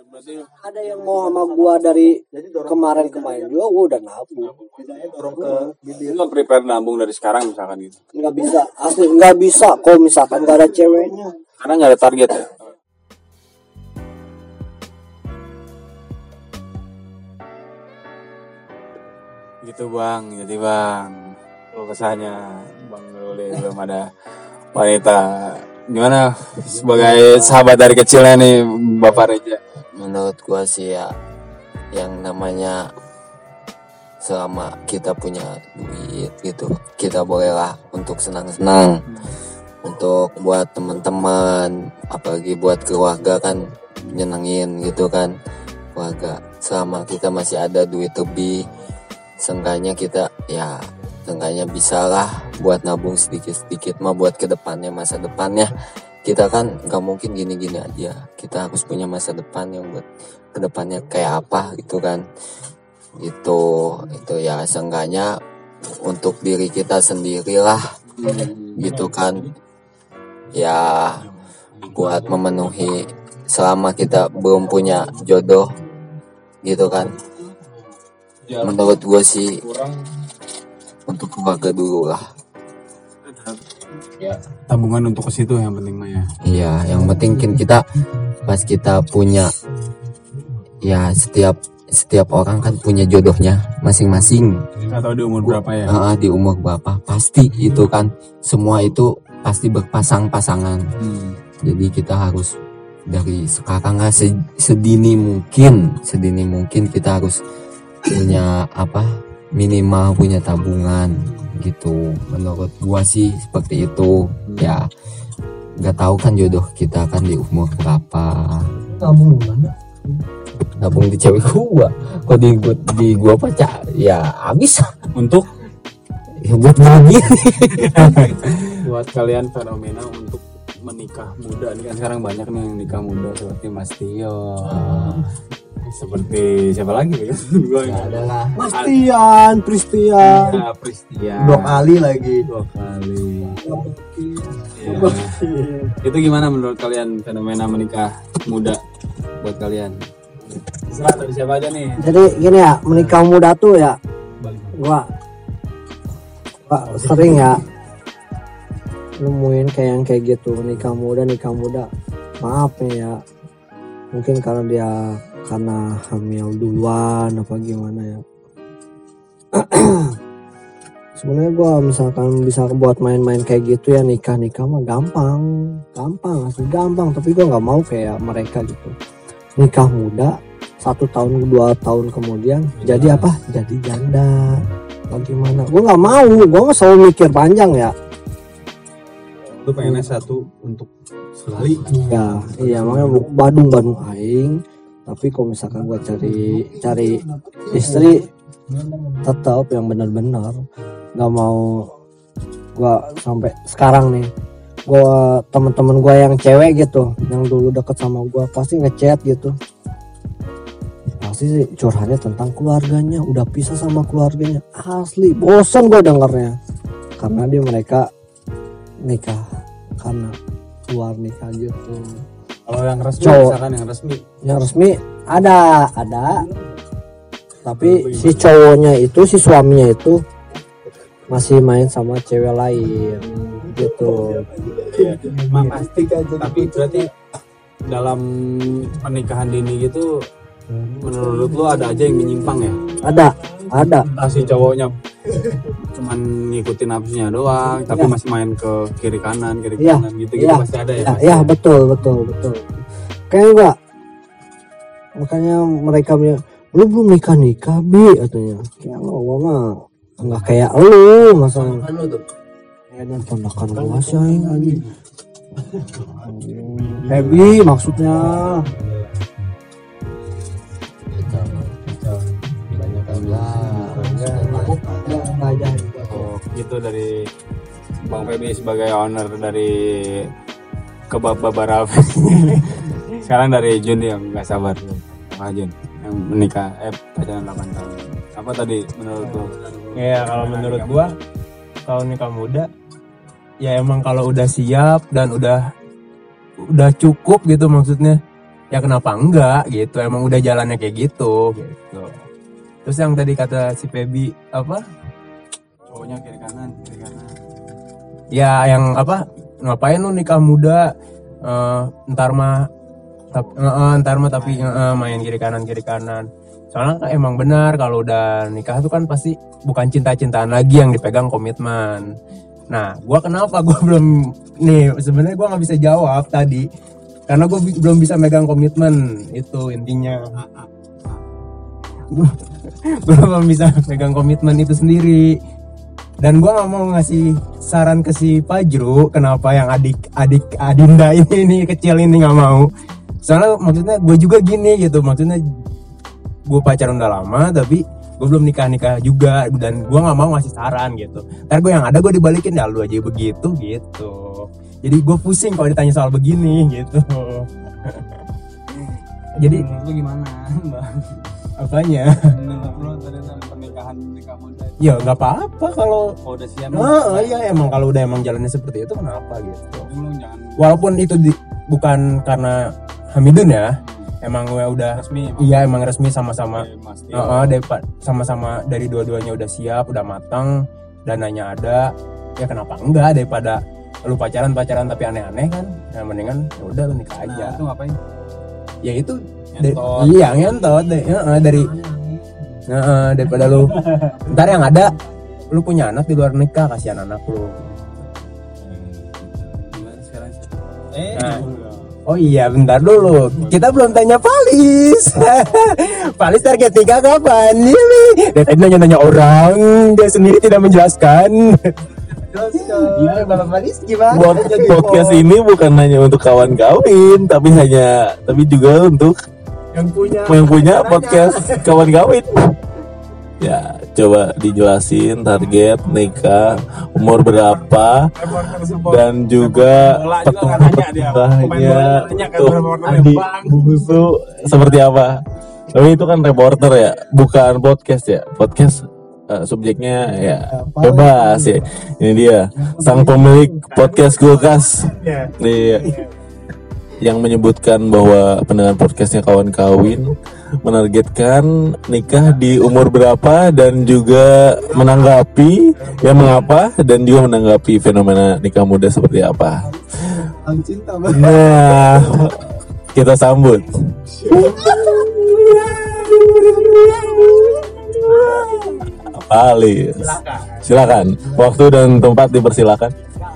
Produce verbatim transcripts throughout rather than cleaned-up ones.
Berarti Ada yang mau sama gua dari kemarin-kemarin juga, gua udah nabung. dorong ke bibir. lu prepare nabung dari sekarang misalkan gitu. Nggak bisa, asli nggak bisa. Kalau misalkan nggak ada ceweknya, Karena nggak ada target ya. Gitu bang, jadi bang, lu kesannya bang Ruli belum ada wanita. Gimana sebagai sahabat dari kecilnya nih Bapak Reja? Menurut gua sih ya, yang namanya selama kita punya duit gitu, kita bolehlah untuk senang-senang, untuk buat teman-teman, apalagi buat keluarga kan nyenengin gitu kan keluarga. Selama kita masih ada duit lebih, seenggaknya kita ya seenggaknya bisa lah buat nabung sedikit-sedikit mah buat kedepannya, masa depannya. Kita kan gak mungkin gini-gini aja, kita harus punya masa depan yang buat kedepannya kayak apa gitu kan. Itu itu ya seenggaknya untuk diri kita sendirilah gitu kan, ya buat memenuhi selama kita belum punya jodoh gitu kan. Menurut gue sih untuk keluarga dulu lah. Ya, tabungan untuk ke situ yang penting mah ya. Iya, yang penting kan kita pas kita punya, ya setiap setiap orang kan punya jodohnya masing-masing. Atau di umur berapa ya? Uh, di umur berapa pasti itu kan, semua itu pasti berpasang-pasangan. Hmm. Jadi kita harus dari sekarang lah sedini mungkin, sedini mungkin kita harus punya apa, minimal punya tabungan gitu. Menurut gua sih seperti itu. Ya nggak tahu kan jodoh kita kan di umur berapa. tabung mana? Tabung di cewek gua. Kok di gua, di gua pacar ya habis Untuk ya buat gini. buat kalian fenomena untuk menikah muda nih kan, sekarang banyak nih yang nikah muda seperti Mas Tio, uh. seperti siapa lagi ya? Gua Nggak ada lah. Mas Tian, Pristian. ya, Pristian. Dua kali lagi. Dua kali. Ya. Itu gimana menurut kalian fenomena menikah muda buat kalian? Serah dari siapa aja nih? Jadi gini ya, menikah muda tuh ya, gua, gua sering ya nemuin kayak yang kayak gitu, nikah muda nikah muda. Maaf nih ya, mungkin karena dia karena hamil duluan apa gimana ya. Sebenarnya gue misalkan bisa buat main-main kayak gitu ya, nikah nikah mah gampang gampang asli gampang, tapi gue nggak mau kayak mereka gitu, nikah muda satu tahun dua tahun kemudian jadi apa, jadi janda bagaimana. Gue nggak mau, gue nggak selalu mikir panjang ya. Lu pengennya satu untuk sekali. Ya iya, makanya Badung Badung aing. Tapi kalau misalkan gue cari cari istri tetap yang benar-benar, nggak mau gue sampai sekarang nih, gue temen-temen gue yang cewek gitu yang dulu deket sama gue pasti ngechat gitu, pasti sih curhatnya tentang keluarganya, udah pisah sama keluarganya. Asli bosan gue dengernya, karena dia mereka nikah karena keluar nikah gitu. Kalau yang resmi, Cowok. misalkan yang resmi, Yang resmi ada ada tapi si cowoknya itu, si suaminya itu masih main sama cewek lain gitu. ya, emang pasti aja. Tapi berarti dalam pernikahan dini gitu, menurut lu ada aja yang menyimpang ya? Ada ada Entah si cowoknya cuman ngikutin nafsunya doang, tapi ya, masih main ke kiri kanan kiri ya, kanan gitu gitu ya, pasti ada ya. ya, pasti ya ya. betul betul betul. Kayak enggak, makanya mereka bilang lu belum nikah nikah bi katanya. Kayak gua mah nggak kayak lu masalah. Kayaknya ponakan gua sih anjing. Happy maksudnya. Oh, gitu dari Bang Feby sebagai owner dari Kebab Babaraf. Sekarang dari Jun yang nggak sabar, Bang Jun yang menikah eh pacaran delapan tahun. Apa tadi menurut lu? Ya kalau menurut gua, kalau nikah muda ya emang kalau udah siap dan udah udah cukup gitu, maksudnya ya kenapa enggak gitu, emang udah jalannya kayak gitu gitu. Terus yang tadi kata si Feby apa, cowoknya kiri kanan kiri kanan ya yang apa, ngapain lu nikah muda, uh, ntar mah tap- uh, uh, ntar mah tapi uh, uh, main kiri kanan kiri kanan. Soalnya kan emang benar kalau udah nikah tuh kan pasti bukan cinta-cintaan lagi yang dipegang, komitmen. Nah, gua kenapa gua belum nih, sebenarnya gua nggak bisa jawab tadi karena gua bi- belum bisa megang komitmen, itu intinya. Gua gua belum bisa megang komitmen itu sendiri. Dan gua nggak mau ngasih saran ke si Pajru kenapa yang adik-adik Adinda ini ini kecil ini nggak mau. Soalnya maksudnya gue juga gini gitu, maksudnya gue pacaran udah lama tapi gue belum nikah-nikah juga, dan gue nggak mau ngasih saran gitu. Ntar gue yang ada gue dibalikin, ya lu aja begitu gitu. Jadi gue pusing kalau ditanya soal begini gitu. Jadi menurut lu gimana Mbak? apanya? Menurut lu tentang pernikahan nikah muda itu Ya nggak apa-apa kalau oh, udah siap nah, iya emang kalau udah emang jalannya seperti itu kenapa gitu. lu jangan Walaupun itu di, bukan karena Hamidun ya, emang gue udah resmi iya emang resmi sama-sama. Oke, Mas Tio. Uh, uh, depa- sama-sama dari dua-duanya udah siap, udah matang, dananya ada, ya kenapa enggak daripada lu pacaran-pacaran tapi aneh-aneh kan? Nah mendingan ya udah lu nikah aja. Nah, itu ngapain? Ya itu de- Ngentot. iya ngentot deh, uh, uh, dari uh, uh, daripada lu ntar yang ada lu punya anak di luar nikah, kasihan anak lu. Gimana sekarang? Eh, Nah. Oh iya, bentar dulu. Kita belum tanya Palis. Palis target nikah kapan? Ini dia tadi nanya-nanya orang, dia sendiri tidak menjelaskan. Iya, Bapak Palis gimana? Buat podcast ini bukan hanya untuk kawan kawin, tapi hanya tapi juga untuk Yang punya yang punya podcast kawan kawin. Ya, coba dijelasin target nikah, umur berapa, dan juga pertumbuhannya untuk adik bungsu seperti apa. Tapi itu kan reporter ya, bukan podcast ya. Podcast uh, subjeknya ya bebas ya. Ini dia sang pemilik podcast Kulkas. Iya. Yang menyebutkan bahwa pendengar podcastnya kawan kawin menargetkan nikah di umur berapa, dan juga menanggapi ya mengapa, dan juga menanggapi fenomena nikah muda seperti apa. Nah, kita sambut. Palis. Silakan. Waktu dan tempat dipersilakan.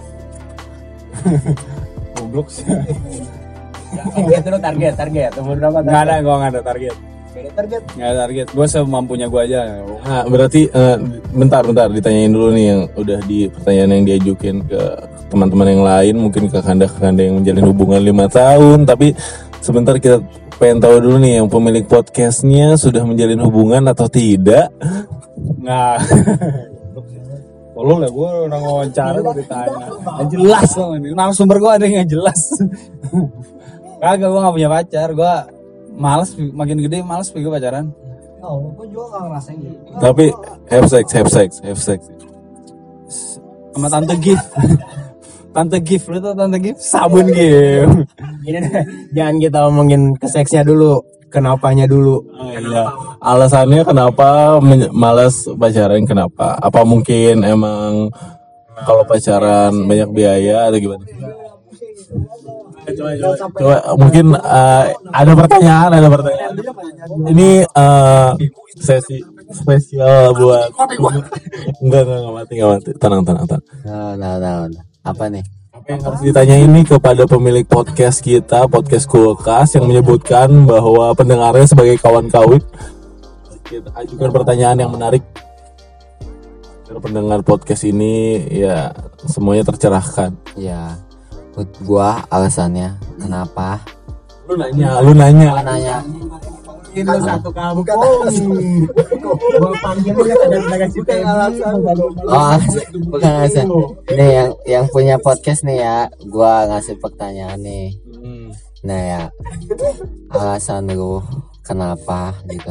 goblok sih. Itu lo target, target. Umur berapa? Nggak ada, gue nggak ada target. Nggak ada target. Nggak ada target. Gue semampunya gue aja. Nah, berarti eh, bentar bentar ditanyain dulu nih yang udah di pertanyaan yang diajukin ke teman-teman yang lain, mungkin ke kakanda-kakanda yang menjalin hubungan lima tahun, tapi sebentar kita pengen tahu dulu nih yang pemilik podcastnya sudah menjalin hubungan atau tidak. Nggak. Tolong lah, gue orang wawancara gue ditanya. Nggak jelas loh ini. Narasumber gue ada yang nggak jelas. Kagak, gue nggak punya pacar. Gue males, makin gede males gue pacaran. Ya Allah, gue juga gak ngerasain gitu. Tapi have sex, have sex, have sex. Sama tante gift. Tante gift, lu tau tante gift? Sabun gift. Ini deh, jangan kita omongin ke seksnya dulu, kenapanya dulu. Oh, iya. Alasannya kenapa men- malas pacaran, kenapa? Apa mungkin emang kalau pacaran banyak biaya atau gimana? Coba, coba, coba. Mungkin uh, ada pertanyaan, ada pertanyaan. Ini uh, sesi spesial buat enggak enggak enggak mati enggak mati. Tenang tenang tenang. Nah, nah, nah, nah. Apa nih? Apa yang harus ditanya ini kepada pemilik podcast kita, podcast Kulkas, yang menyebutkan bahwa pendengarnya sebagai kawan kawin. Kita ajukan pertanyaan yang menarik agar pendengar podcast ini ya semuanya tercerahkan. Ya, menurut gua alasannya kenapa? Lu nanya, lu nanya. Nanya. Itu satu kampung. Gua panggilnya kadang-kadang kasih Oh, bukan alasan. Nih yang yang punya podcast nih ya, gua ngasih pertanyaan nih. Nah ya, alasan lu kenapa gitu?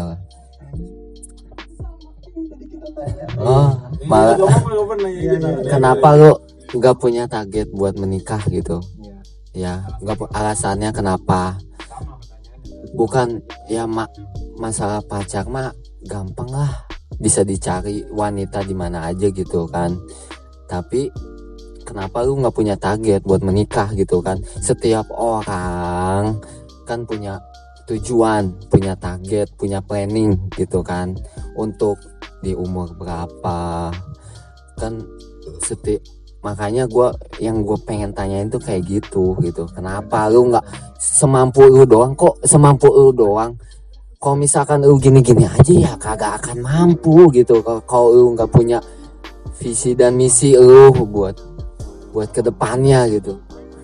Oh, malah kenapa lu nggak punya target buat menikah gitu? Ya, nggak pu- alasannya kenapa? bukan ya mak masalah pacar mah gampang lah, bisa dicari wanita di mana aja gitu kan. Tapi kenapa lu nggak punya target buat menikah gitu kan? Setiap orang kan punya tujuan, punya target, punya planning gitu kan, untuk di umur berapa kan. Seti makanya gue yang gue pengen tanyain tuh kayak gitu gitu. Kenapa lu nggak semampu lu doang? Kok semampu lu doang? Kalau misalkan lu gini-gini aja ya kagak akan mampu gitu. Kalau lu nggak punya visi dan misi lu buat buat kedepannya gitu.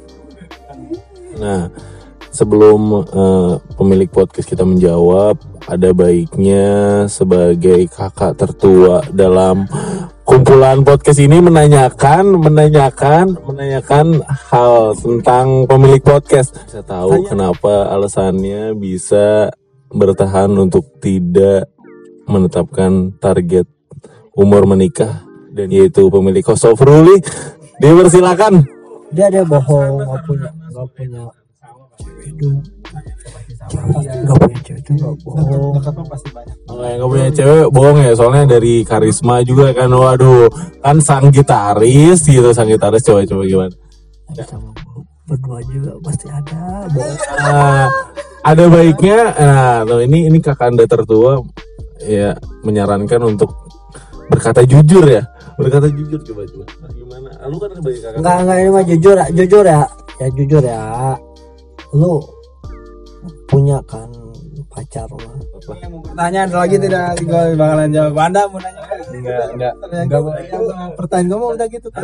Nah, sebelum uh, pemilik podcast kita menjawab, ada baiknya sebagai kakak tertua dalam kumpulan podcast ini menanyakan, menanyakan, menanyakan hal tentang pemilik podcast. Saya tahu Tanya. Kenapa alasannya bisa bertahan untuk tidak menetapkan target umur menikah, dan yaitu pemilik host of Ruli. Dipersilakan. Dia dia bohong, nggak punya nggak punya cewek itu, nggak punya cewek itu nggak bohong. Oh, yang nggak punya cewek bohong ya, soalnya dari karisma juga kan. Waduh, kan sang gitaris gitu, sang gitaris coba-coba gimana? Sama berdua juga pasti ada bohong. Nah, ada baiknya. Nah, tuh ini ini kakak anda tertua ya menyarankan untuk berkata jujur ya, berkata jujur coba coba. Nah, gimana? Lu kan sebagai kakak. Enggak enggak ini mah jujur ya, jujur ya, ya jujur ya. Lu punya kan pacar mah? Pertanyaan lagi tidak, gue bakalan jawab. Anda mau nanya? Enggak, enggak. Enggak boleh. Pertanyaan kamu udah gitu kan?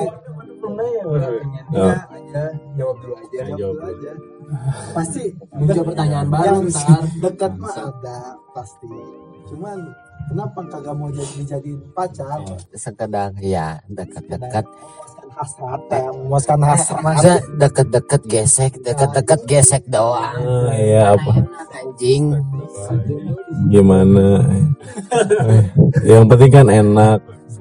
Oh. aja, jawab dulu aja, Ya, jawab jawab dulu aja. Pasti Muncul pertanyaan baru yang ntar. dekat mah ada pasti. Cuman kenapa kagak mau jadi dijadiin pacar? Sekedar ya dekat-dekat. Hasrat, ya, memuaskan hasrat. Masa deket-deket gesek, deket-deket gesek doang. Ah, iya apa? Anjing. Gimana? Eh, yang penting kan enak.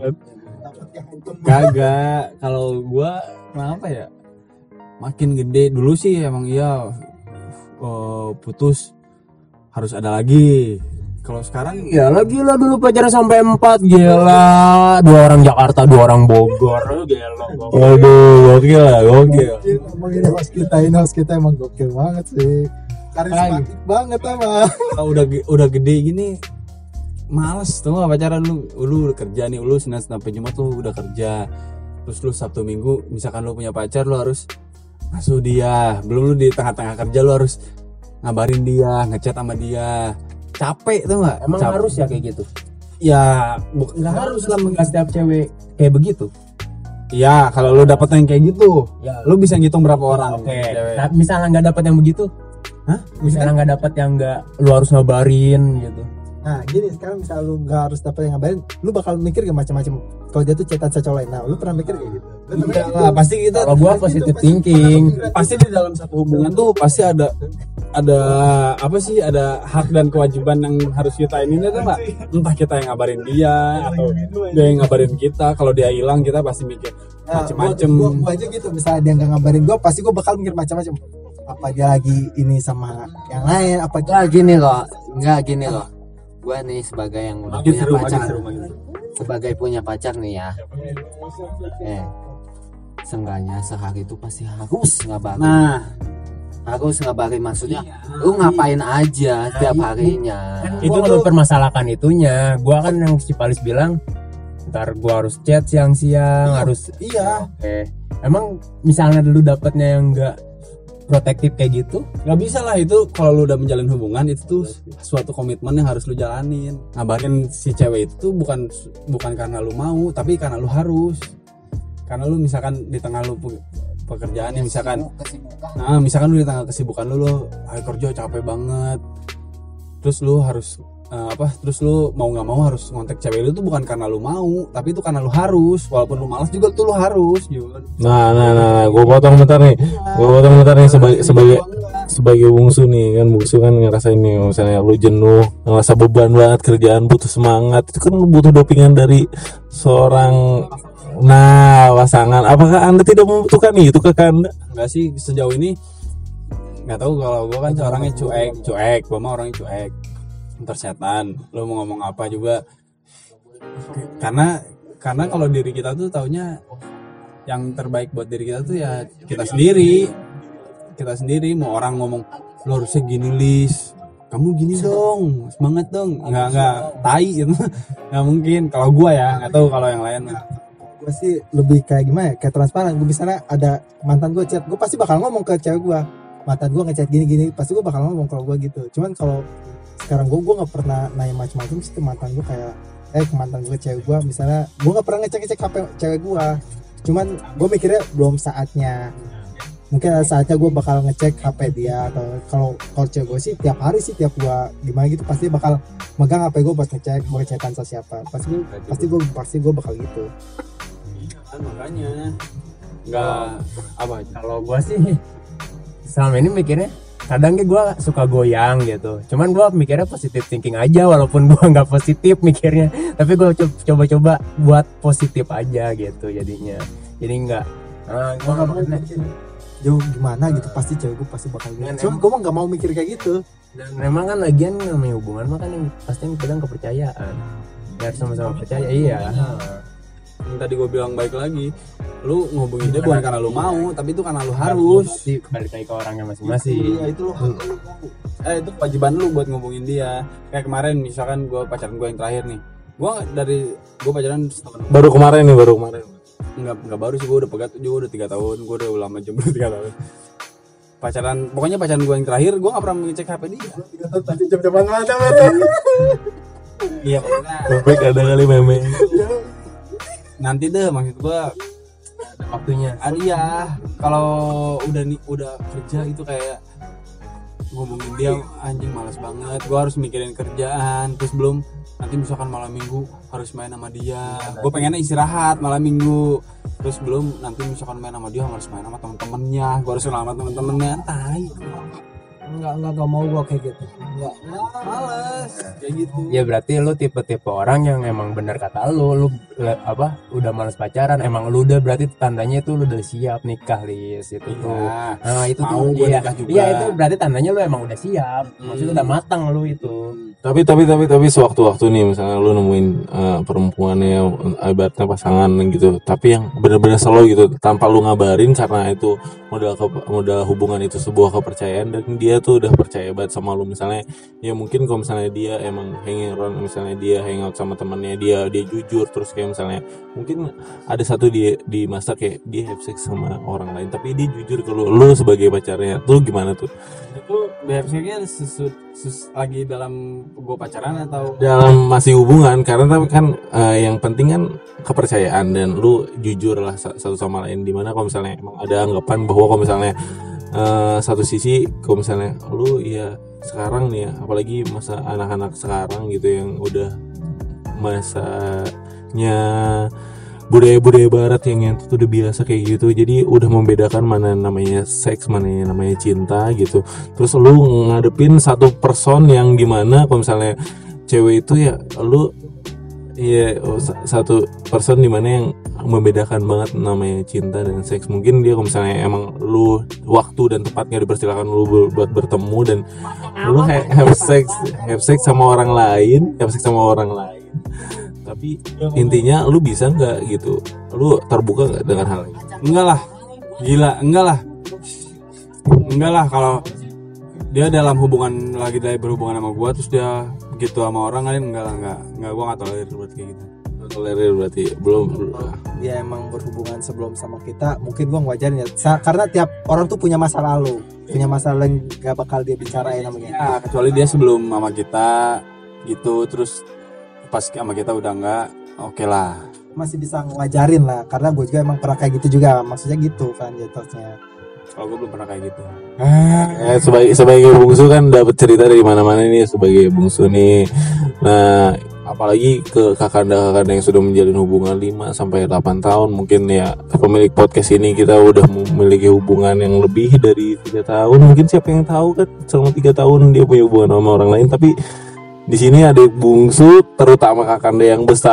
Kagak. Kalau gua kenapa ya? Makin gede dulu sih emang iya uh, putus harus ada lagi. Kalau sekarang Ya lagi lah dulu pacaran sampai empat, gila. Dua orang Jakarta, dua orang Bogor, gila. Waduh, gokil lah, gokil. Emang ini host kita, ini host kita emang gokil banget sih. Karismatik banget ama. kalau udah ge- udah gede gini males tuh nggak pacaran. Lu lu udah kerja nih, lu Senin sampai Jumat lu udah kerja, terus lu Sabtu Minggu misalkan lu punya pacar, lu harus ngasuh dia. Belum lu di tengah-tengah kerja lu harus ngabarin dia, ngechat sama dia. Capek tuh nggak? Emang Capek. harus ya kayak gitu? Ya bukan nggak harus lah, nggak setiap cewek kayak begitu. Iya, kalau lu dapet yang kayak gitu, Ya. lu bisa ngitung berapa orang Oke. cewek. Nah, misalnya nggak dapat yang begitu, Hah? misalnya nggak dapat yang nggak, lu harus ngabarin gitu. Nah gini, sekarang misal lu nggak harus dapet yang ngabarin, lu bakal mikir gak macam-macam kalau dia tuh cetan cowok lain. Nah lu pernah mikir kayak gitu? Lu pernah Iya gitu? lah, pasti kita Kalau gua positive thinking. pasti di dalam satu hubungan tuh pasti ada ada apa sih, ada hak dan kewajiban yang harus kita ini tuh nggak, entah kita yang ngabarin dia atau dia yang ngabarin kita. Kalau dia hilang kita pasti mikir Nah, macem-macem. gua, gua, gua aja gitu, misalnya dia nggak ngabarin gua, pasti gua bakal mikir macam-macam. Apa dia lagi ini sama yang lain? Apa dia Enggak gini loh, enggak gini loh. Gua nih sebagai yang udah Makin punya seru, makin pacar, seru, makin seru. sebagai punya pacar nih ya. Eh, seenggaknya sehari itu pasti harus ngabarin. Nah, Harus ngabarin maksudnya, lu ngapain aja tiap harinya. Itu Gua lu tuh- permasalahan itunya. Gua kan yang si Palis bilang, ntar gua harus chat siang-siang, harus iya. eh emang misalnya dulu dapatnya yang enggak protektif kayak gitu, nggak bisa lah itu. Kalau lu udah menjalin hubungan itu tuh suatu komitmen yang harus lu jalanin. Ngabarin si cewek itu tuh bukan bukan karena lu mau, tapi karena lu harus. Karena lu misalkan di tengah lu pe- pekerjaannya misalkan, nah misalkan lu di tengah kesibukan lu, lu hari kerja capek banget, terus lu harus eh, apa? Terus lu mau nggak mau harus ngontek cewek lu tuh bukan karena lu mau, tapi itu karena lu harus. Walaupun lu malas juga tuh lu harus. Jun. Nah, nah, nah, nah. gue potong bentar nih, gue potong bentar nih sebagai sebagai sebagai bungsu nih kan, bungsu kan ngerasain nih misalnya lu jenuh, ngerasa beban banget kerjaan, butuh semangat, itu kan lu butuh dopingan dari seorang nah pasangan. Apakah anda tidak membutuhkan itu kakak anda? Enggak sih, sejauh ini nggak tahu kalau gue kan orangnya cuek cuek gue mah orangnya cuek ntar setan lo mau ngomong apa juga karena karena kalau diri kita tuh taunya yang terbaik buat diri kita tuh ya kita sendiri kita sendiri mau orang ngomong lo harusnya gini Lis kamu gini dong semangat dong nggak nggak tai gitu nggak mungkin kalau gue ya nggak tahu kalau yang lain Gue sih lebih kayak gimana ya, kayak transparan. Gue misalnya ada mantan gue chat, gue pasti bakal ngomong ke cewek gue, mantan gue ngechat gini-gini, pasti gue bakal ngomong kalau gue gitu. Cuman kalau sekarang gue gue nggak pernah nanya macam-macam sih ke mantan gue, kayak eh ke mantan gue cewek gue misalnya, gue nggak pernah ngecek-ngecek H P cewek gue. Cuman gue mikirnya belum saatnya, mungkin ada saatnya gue bakal ngecek H P dia. Atau kalau kalau cewek gue sih tiap hari sih, tiap gue gimana gitu pasti bakal megang H P gue buat ngecek mau ngecekan sama siapa. Pasti gue pasti gue pasti gue bakal gitu. Kan makanya nggak apa Kalau gue sih selama ini mikirnya kadang gue suka goyang gitu, cuman gue mikirnya positif thinking aja walaupun gue nggak positif mikirnya, tapi gue coba-coba buat positif aja gitu jadinya. Jadi nggak nah, gue nggak pernah Jauh gimana gitu, pasti cewek gue pasti bakal gitu. Cuman gue mah nggak mau mikir kayak gitu. Dan memang kan lagian namanya hubungan mah kan yang pasti yang pegang kepercayaan, biar sama-sama percaya. Iya. yang tadi gue bilang baik lagi, lu ngehubungin dia bukan karena lu mau, tapi itu karena lu harus. Pasti balik lagi ke orangnya masing-masing. Iya itu loh. Eh itu kewajiban lu buat ngehubungin dia. Kayak kemarin misalkan gue pacaran gue yang terakhir nih, gue dari gue pacaran setahun. Baru kemarin nih, baru kemarin. Enggak enggak baru sih, gue udah pegat juga udah tiga tahun, gue udah lama jomblo tiga tahun. Pacaran, pokoknya pacaran gue yang terakhir, gue nggak pernah mengecek H P dia. tiga tahun pasti jam-jaman macam-macam. Iya pokoknya. Baik ada kali meme. Nanti deh maksud gue Waktunya. ah, iya kalau udah nih udah kerja itu kayak ngomongin dia anjing malas banget, gue harus mikirin kerjaan, terus belum nanti misalkan malam minggu harus main sama dia, gue pengennya istirahat malam minggu, terus belum nanti misalkan main sama dia harus main sama temen-temennya, gue harus main sama temen-temennya, tai Enggak enggak enggak mau gue kayak gitu. Enggak. males kayak gitu. Ya berarti lu tipe-tipe orang yang emang benar kata lu, lu le- apa udah malas pacaran, emang lu udah berarti tandanya itu lu udah siap nikah, Lis, itu tuh. Iya. Nah itu Mau tuh gua iya, nikah juga. iya itu berarti tandanya lu emang udah siap, maksudnya udah matang lu itu. Tapi tapi tapi tapi sewaktu-waktu nih misalnya lu nemuin uh, perempuannya ibaratnya pasangan gitu, tapi yang benar-benar slow gitu tanpa lu ngabarin karena itu modal ke- modal hubungan itu sebuah kepercayaan, dan dia tuh udah percaya banget sama lu. Misalnya ya mungkin kalau misalnya dia emang hanging around, misalnya dia hangout sama temannya dia, dia jujur, terus kayak misalnya mungkin ada satu dia di masa kayak dia have sex sama orang lain tapi dia jujur ke lu, lu sebagai pacarnya tuh gimana tuh? Itu behaviornya sesu- sus- lagi dalam gue pacaran atau Dalam masih hubungan, karena tapi kan eh, yang penting kan kepercayaan dan lu jujur lah sa- satu sama lain. Dimana kalau misalnya emang ada anggapan bahwa kalau misalnya eh, satu sisi kalau misalnya lu ya sekarang nih ya, apalagi masa anak-anak sekarang gitu yang udah masanya budaya-budaya barat yang yang tuh udah biasa kayak gitu, jadi udah membedakan mana namanya seks, mana yang namanya cinta gitu. Terus lu ngadepin satu person yang dimana kalau misalnya cewek itu ya lu ya oh, sa- satu person dimana yang membedakan banget namanya cinta dan seks. Mungkin dia kalau misalnya emang lu waktu dan tempatnya dipersilakan lu bu- buat bertemu dan lu ha- have sex have sex sama orang lain, have sex sama orang lain, tapi intinya lu bisa nggak gitu, lu terbuka nggak dengan hal ini? enggak lah, gila enggak lah, enggak lah kalau dia dalam hubungan lagi dari berhubungan sama gua terus dia begitu sama orang lain, enggak lah, enggak enggak gua nggak tolerir buat kayak gitu. Tolerir berarti belum. Dia emang berhubungan sebelum sama kita, mungkin gue ngewajarin ya. Sa- karena tiap orang tuh punya masa lalu, punya masalah yang gak bakal dia bicarain namanya. Ya kecuali dia sebelum sama kita gitu, terus pas sama kita udah enggak, oke lah. Masih bisa ngewajarin lah, karena gue juga emang pernah kayak gitu juga, maksudnya gitu kan jatuhnya. Kalau gue belum pernah kayak gitu. Eh, sebagai sebagai bungsu kan dapat cerita dari mana-mana nih sebagai bungsu nih. Nah, apalagi ke kakanda-kakanda yang sudah menjalin hubungan lima sampai delapan tahun, mungkin ya pemilik podcast ini kita udah memiliki hubungan yang lebih dari tiga tahun. Mungkin siapa yang tahu kan selama tiga tahun dia punya hubungan sama orang lain, tapi di sini ada bungsu terutama kakanda yang besar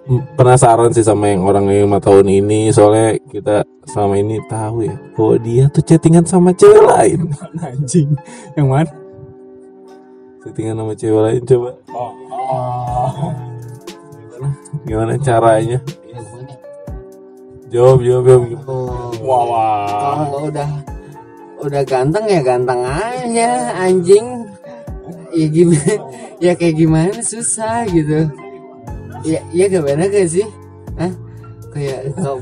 penasaran sih sama yang orang yang lima tahun ini, soalnya kita selama ini tahu ya bahwa dia tuh chattingan sama cewek lain. Anjing. Yang mana? Chattingan sama cewek lain, coba. Oh. oh. Gimana caranya? Jawab, jawab, jawab. Wah, wah. Kalau udah udah ganteng ya ganteng aja anjing. Ya gimana? Ya kayak gimana susah gitu. Ya, ya gak benar gak sih? Hah? Kayak kau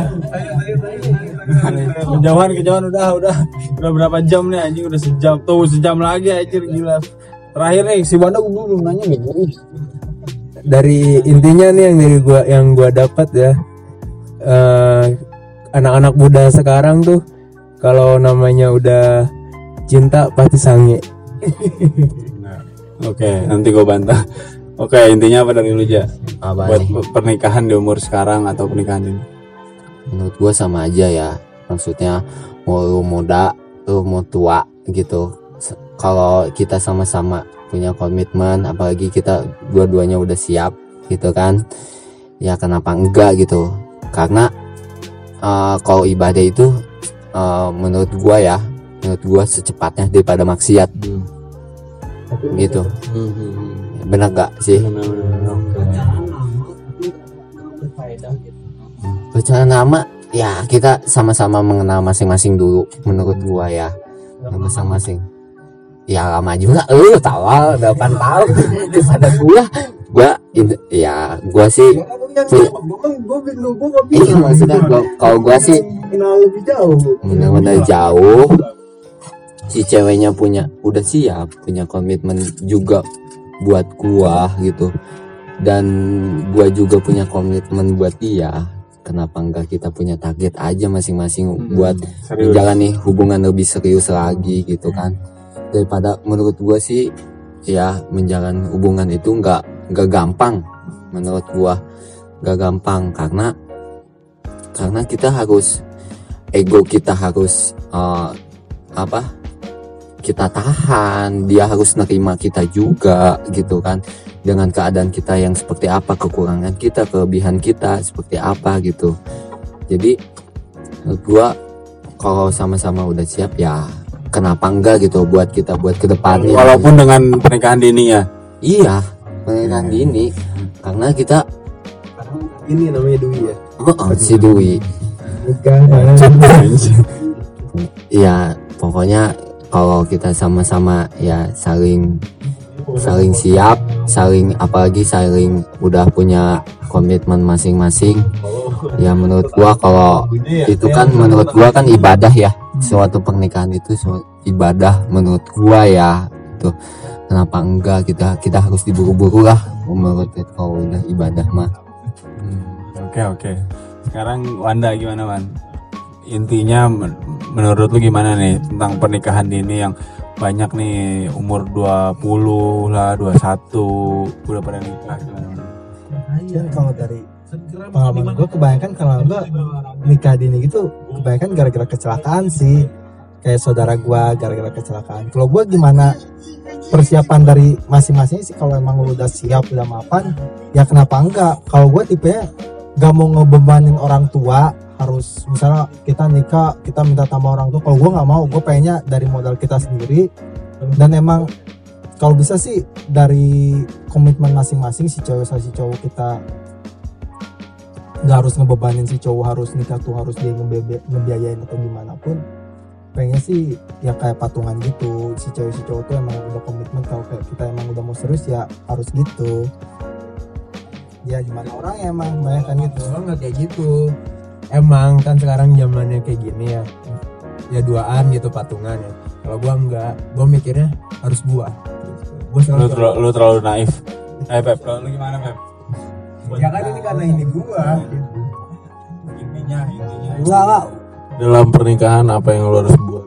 kejauhan kejauhan udah udah udah berapa jam nih anjing, udah sejam tuh sejam lagi anjir, gila. Terakhir nih si Wanda gue belum nanya nih. Dari intinya nih yang dari gua yang gua dapat ya, uh, anak-anak muda sekarang tuh kalau namanya udah cinta pasti sange. Nah, oke, okay, nanti gue bantah. Oke, okay, intinya apa dari lu, Ja? apa Buat nih? pernikahan di umur sekarang atau pernikahan ini? Menurut gua sama aja ya. Maksudnya mau lu muda, lu mau tua gitu. Se- Kalau kita sama-sama punya komitmen, apalagi kita dua-duanya udah siap gitu kan, ya kenapa enggak gitu. Karena uh, kalau ibadah itu uh, menurut gua ya, menurut gua secepatnya daripada maksiat gitu. Benar gak sih? Bicara nama ya, kita sama-sama mengenal masing-masing dulu menurut gua ya, masing-masing. Ya lama juga, lu tahu delapan tahun daripada gua. Gua in- ya gua sih iya maksudnya gua, kalau gua sih benar-benar jauh. Si ceweknya punya udah siap, punya komitmen juga buat gua gitu, dan gua juga punya komitmen buat dia. Kenapa enggak kita punya target aja masing-masing Hmm, buat serius. menjalani hubungan lebih serius lagi gitu kan, daripada menurut gua sih ya menjalani hubungan itu enggak enggak gampang. Menurut gua enggak gampang karena karena kita harus ego kita harus uh, apa kita tahan, dia harus nerima kita juga gitu kan, dengan keadaan kita yang seperti apa, kekurangan kita, kelebihan kita seperti apa gitu. Jadi menurut gua kalau sama-sama udah siap ya kenapa enggak gitu buat kita buat ke depannya. Walaupun dengan pernikahan dini ya. Iya, pernikahan dini karena kita Ini namanya Dwi ya. oh, si Dwi. Bukan. Iya, pokoknya kalau kita sama-sama ya saling saling siap, saling apalagi saling udah punya komitmen masing-masing. Ya menurut gua kalau itu kan menurut gua kan ibadah ya. Suatu pernikahan itu suatu ibadah menurut gua ya. Tuh. Kenapa enggak kita kita harus diburu-buru lah menurut kalau udah ibadah mah. Oke oke. Sekarang Wanda gimana, Wan? Intinya men- menurut lu gimana nih tentang pernikahan dini yang banyak nih umur dua puluh lah, dua puluh satu udah pada nikah gimana? Dan kalau dari pengalaman gue kebanyakan kalau gue nikah dini gitu kebanyakan gara-gara kecelakaan sih, kayak saudara gue gara-gara kecelakaan. Kalau gue gimana persiapan dari masing-masing sih, kalau emang lu udah siap udah mapan ya kenapa enggak. Kalau gue tipenya gak mau ngebebanin orang tua, harus misalnya kita nikah kita minta tambah orang tua. Kalau gue nggak mau, gue pengennya dari modal kita sendiri. Dan emang kalau bisa sih dari komitmen masing-masing si cewek sama si cowok, kita nggak harus ngebebanin si cowok harus nikah tuh harus dia ngebe- ngebiayain atau gimana pun. Pengennya sih ya kayak patungan gitu, si cewek si cowok tuh emang udah komitmen kalau kayak kita emang udah mau serius ya harus gitu. Ya gimana orang ya emang banyak kan gitu. Kalau nggak kayak gitu, emang kan sekarang zamannya kayak gini ya, ya duaan gitu patungan ya. Kalau gua enggak, gua mikirnya harus gua. Gua Lu, selalu terlalu, lu terlalu naif. Eh Pep, kalau lu gimana Pep? ya kan ini karena ini gua. Intinya intinya. Enggak, enggak. Dalam pernikahan apa yang lo harus buat?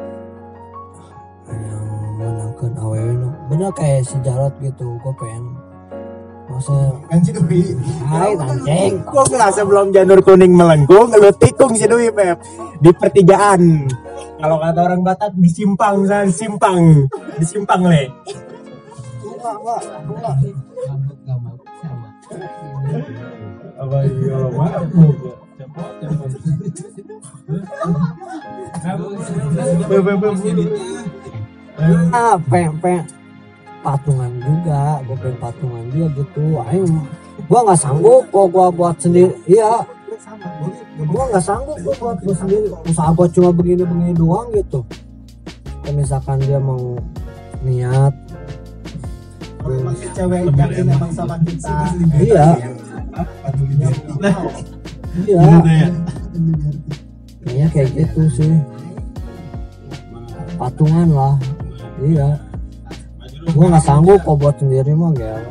Yang menangkan awalnya bener kayak si Jarot gitu, gue pengen masa Kan si Dwi. hai anjing. Gua ngerasa belum janur kuning melengkung, lu tikung si Dwi Pep di pertigaan. Kalau kata orang Batak di simpang, san simpang, di simpang le. Enggak, enggak, enggak. Apa ini kalau mampu? ah pengen pengen patungan juga, gue pengen patungan juga gitu. Ayo, gue nggak sanggup kok gue buat sendiri. Iya, gue nggak sanggup gue buat gue sendiri. Usaha gue cuma begini-begini doang gitu. Kalau misalkan dia mau niat, Kalau emang si cewek yakin emang sama kita. iya, iya, kayaknya kayak gitu sih. Patungan lah, iya. Gue nggak sanggup kok buat sendiri mah gak.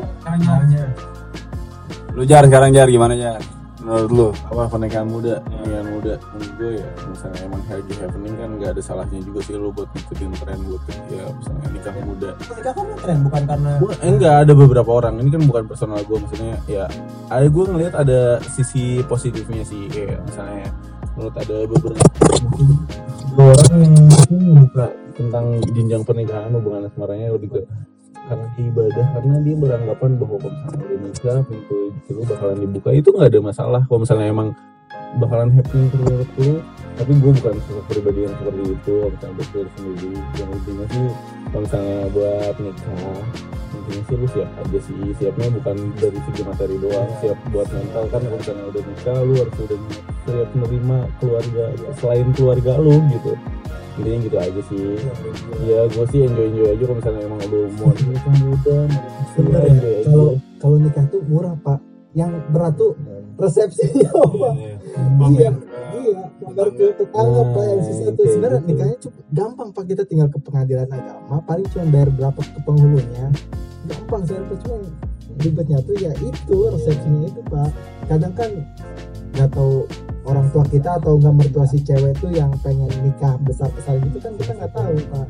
Lu Jar sekarang Jar gimana Jar? Menurut lu? Apa pernikahan muda? Pernikahan muda menurut gue ya, misalnya emang lagi happening kan nggak ada salahnya juga sih lu buat ngikutin tren buat ya misalnya nikah muda. Nikah kan tren bukan karena Bukan, eh, enggak ada beberapa orang, ini kan bukan personal gue, maksudnya ya ada gue ngelihat ada sisi positifnya sih, kayak misalnya menurut ada beberapa dua orang yang mungkin membuka tentang jenjang pernikahan hubungan asmaranya lebih ke karena dia ibadah, karena dia beranggapan bahwa kalau misalnya udah nikah pintu itu bakalan dibuka, itu nggak ada masalah kalau misalnya emang bakalan happening terus terus. Tapi gue bukan sosok pribadi yang seperti itu, misalnya berpikir sendiri. Yang intinya sih kalau misalnya buat nikah, intinya sih lu siap aja sih, siapnya bukan dari segi materi doang, siap buat mental kan. Kalau misalnya udah nikah lu harus udah siap menerima keluarga selain keluarga lu gitu. Intinya gitu aja sih. Ya gue sih enjoy enjoy aja kalau misalnya emang lu mau nikah muda, sebenarnya enjoy aja. kalau kalau nikah tuh murah pak, yang berat tuh resepsinya pak. Iya, iya, kabar ke tetangga pak, yang sisa tuh sebenarnya nikahnya cukup gampang pak, kita tinggal ke pengadilan agama, paling cuma bayar berapa ke penghulunya, gampang saya cuma ribetnya tuh ya itu resepsinya itu pak. Kadang kan nggak tahu orang tua kita atau nggak mertua si cewek tuh yang pengen nikah besar-besar gitu kan, kita nggak tahu pak.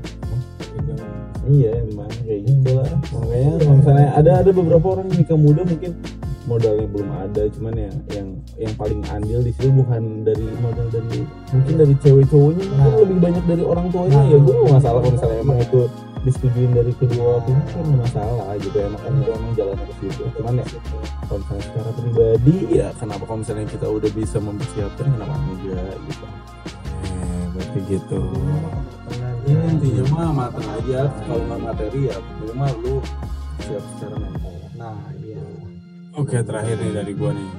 Iya emang kayak gitu lah. Makanya kalau misalnya ada ada beberapa orang yang nikah muda mungkin modalnya belum ada, cuman yang yang yang paling andil di situ bukan dari modal dari mungkin dari cewek cowoknya, mungkin Nah. lebih banyak dari orang tuanya. Nah. Ya gue nggak masalah kalau misalnya emang itu disetujuin dari kedua pihak kan nggak masalah gitu, emang kan itu emang jalannya ke situ. Cuman ya kalau misalnya secara pribadi ya kenapa kalau misalnya kita udah bisa mempersiapkan kenapa enggak gitu. Eh, berarti gitu. Ya, intinya mah matang aja, kalau nggak materi ya minimal lu siap secara mental. Nah iya. Oke, terakhir nih dari gua nih.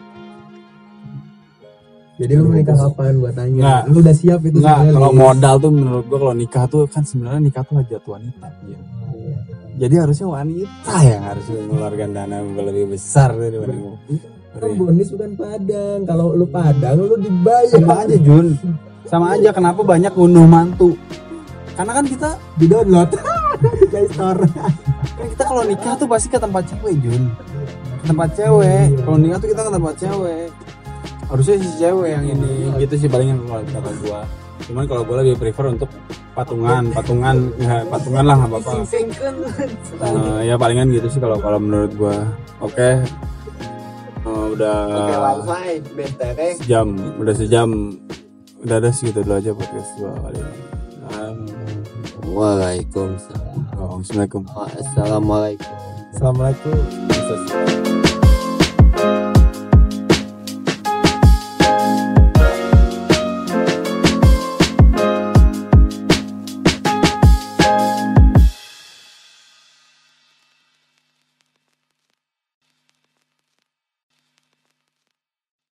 Jadi lu menikah kapan gua tanya? Nggak. Lu udah siap itu Enggak, sebenarnya, kalau Lis? modal tuh menurut gua kalau nikah tuh kan sebenarnya nikah tuh hajat wanita. Iya. Jadi harusnya wanita yang harus mengeluarkan dana lebih besar daripada gua. Kan bonus bukan Padang. Kalau lu Padang lu dibayar. Sama aja Jun. Sama aja kenapa banyak ngunduh mantu? Karena kan kita Di download. Play Store. kan kita kalau nikah tuh pasti ke tempat cewek Jun. Ke tempat cewek. Kalau nikah tuh kita ke tempat cewek. Harusnya si cewek yang ini gitu sih paling yang kalau kata gua. Cuman kalau gua lebih prefer untuk patungan, patungan, ya, patungan lah nggak apa-apa. Eh, ya palingan gitu sih kalau kalau menurut gua. Oke. Eh, udah Oke wifi bentereng. sejam, udah sejam. Udah ada segitu dulu aja podcast gua kali ini. Um, Waalaikumsalam. Assalamualaikum. Assalamualaikum. Assalamualaikum. Bisa sih.